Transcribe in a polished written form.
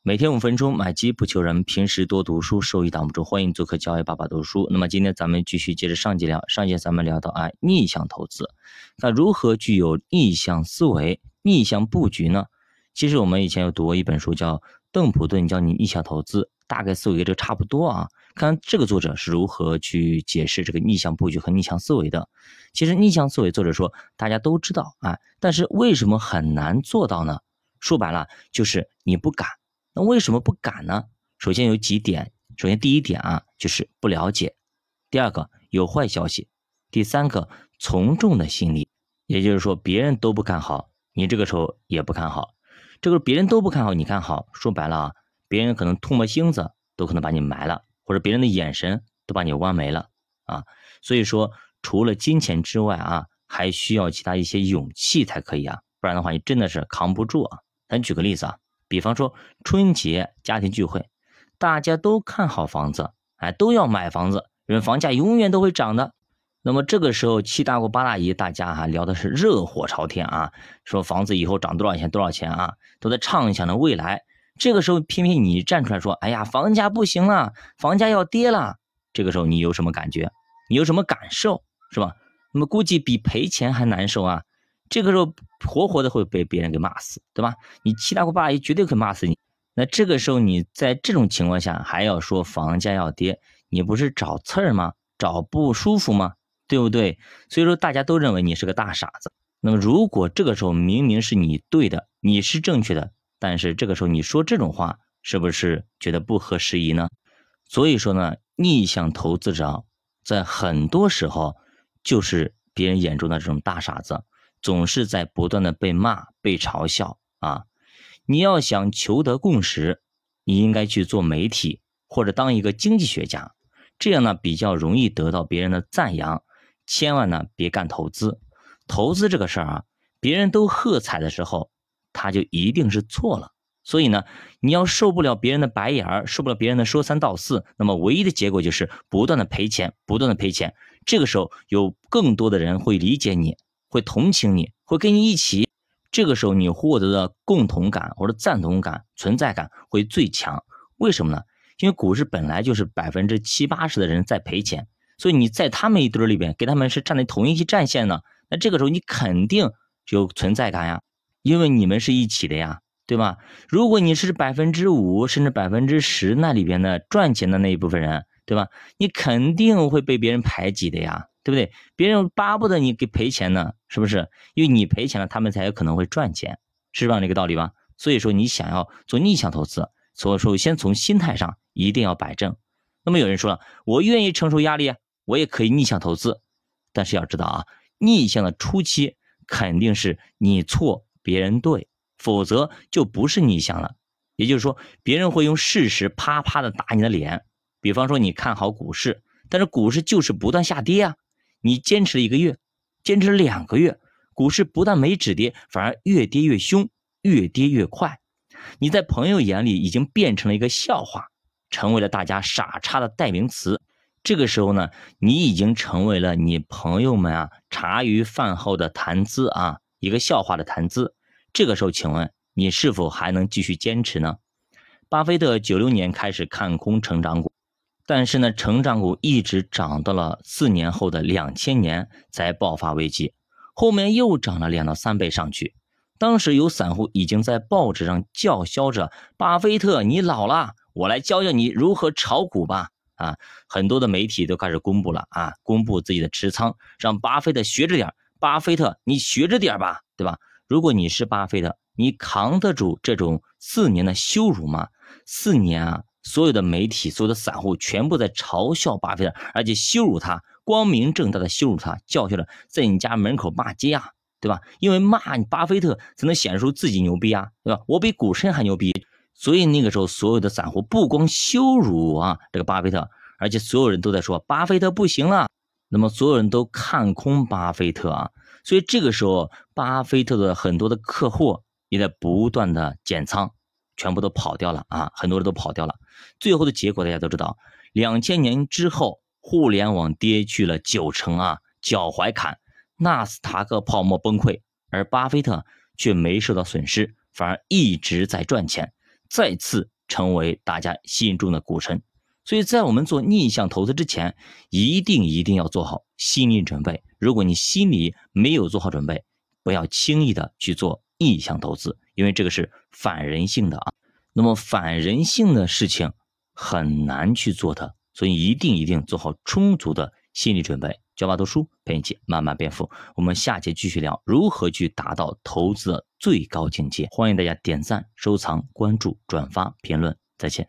每天5分钟，买基不求人，平时多读书，收益挡不住。欢迎做客教育爸爸读书。那么今天咱们继续接着上节聊，上节咱们聊到逆向投资，那如何具有逆向思维、逆向布局呢？其实我们以前有读过一本书，叫邓普顿教你逆向投资，大概思维这个差不多啊。看这个作者是如何去解释这个逆向布局和逆向思维的。其实逆向思维，作者说大家都知道但是为什么很难做到呢？说白了就是你不敢。那为什么不敢呢？首先有几点，首先第一点就是不了解，第二个有坏消息，第三个从众的心理，也就是说别人都不看好，你这个时候也不看好，这个别人都不看好你看好，说白了别人可能唾沫星子都可能把你埋了，或者别人的眼神都把你弯没了所以说除了金钱之外还需要其他一些勇气才可以不然的话你真的是扛不住咱举个例子比方说春节家庭聚会，大家都看好房子都要买房子，因为房价永远都会涨的。那么这个时候七大姑八大姨大家聊的是热火朝天说房子以后涨多少钱多少钱都在畅想着未来。这个时候偏偏你站出来说哎呀房价不行了，房价要跌了，这个时候你有什么感觉？你有什么感受是吧？那么估计比赔钱还难受这个时候活活的会被别人给骂死，对吧？你七大姑八大姨绝对会骂死你。那这个时候你在这种情况下还要说房价要跌，你不是找刺儿吗？找不舒服吗？对不对？所以说大家都认为你是个大傻子。那么如果这个时候明明是你对的，你是正确的，但是这个时候你说这种话，是不是觉得不合时宜呢？所以说呢，逆向投资者在很多时候就是别人眼中的这种大傻子，总是在不断的被骂被嘲笑你要想求得共识，你应该去做媒体或者当一个经济学家，这样呢比较容易得到别人的赞扬。千万呢别干投资，投资这个事儿别人都喝彩的时候，他就一定是错了。所以呢，你要受不了别人的白眼，受不了别人的说三道四，那么唯一的结果就是不断的赔钱，不断的赔钱。这个时候有更多的人会理解你，会同情你，会跟你一起。这个时候你获得的共同感或者赞同感、存在感会最强。为什么呢？因为股市本来就是70%-80%的人在赔钱，所以你在他们一堆里边跟他们是站在同一条战线呢，那这个时候你肯定有存在感因为你们是一起的对吧？如果你是5%甚至10%那里边的赚钱的那一部分人，对吧？你肯定会被别人排挤的对不对？别人巴不得你给赔钱呢，是不是？因为你赔钱了，他们才有可能会赚钱，是吧？这个道理吧？所以说你想要做逆向投资，所以说先从心态上一定要摆正。那么有人说了，我愿意承受压力我也可以逆向投资，但是要知道逆向的初期肯定是你错别人对，否则就不是逆向了。也就是说别人会用事实啪啪的打你的脸。比方说你看好股市，但是股市就是不断下跌你坚持了1个月，坚持了2个月，股市不但没止跌，反而越跌越凶，越跌越快。你在朋友眼里已经变成了一个笑话，成为了大家傻叉的代名词。这个时候呢，你已经成为了你朋友们茶余饭后的谈资一个笑话的谈资。这个时候请问你是否还能继续坚持呢？巴菲特96年开始看空成长股，但是呢，成长股一直涨到了4年后的2000年才爆发危机，后面又涨了2到3倍上去。当时有散户已经在报纸上叫嚣着：“巴菲特，你老了，我来教教你如何炒股吧！”很多的媒体都开始公布了公布自己的持仓，让巴菲特学着点。巴菲特，你学着点吧，对吧？如果你是巴菲特，你扛得住这种4年的羞辱吗？4年所有的媒体所有的散户全部在嘲笑巴菲特，而且羞辱他，光明正大的羞辱他，叫嚣着在你家门口骂街对吧？因为骂你巴菲特才能显示出自己牛逼对吧？我比股神还牛逼。所以那个时候所有的散户不光羞辱这个巴菲特，而且所有人都在说巴菲特不行了。那么所有人都看空巴菲特所以这个时候巴菲特的很多的客户也在不断的减仓，全部都跑掉了很多人都跑掉了。最后的结果大家都知道，2000年之后互联网跌去了90%脚踝砍，纳斯达克泡沫崩溃，而巴菲特却没受到损失，反而一直在赚钱，再次成为大家心中的股神。所以在我们做逆向投资之前，一定要做好心理准备。如果你心里没有做好准备，不要轻易的去做逆向投资，因为这个是反人性的啊。那么反人性的事情很难去做的，所以一定做好充足的心理准备。教爸读书陪你一起慢慢变富，我们下节继续聊如何去达到投资的最高境界。欢迎大家点赞、收藏、关注、转发、评论，再见。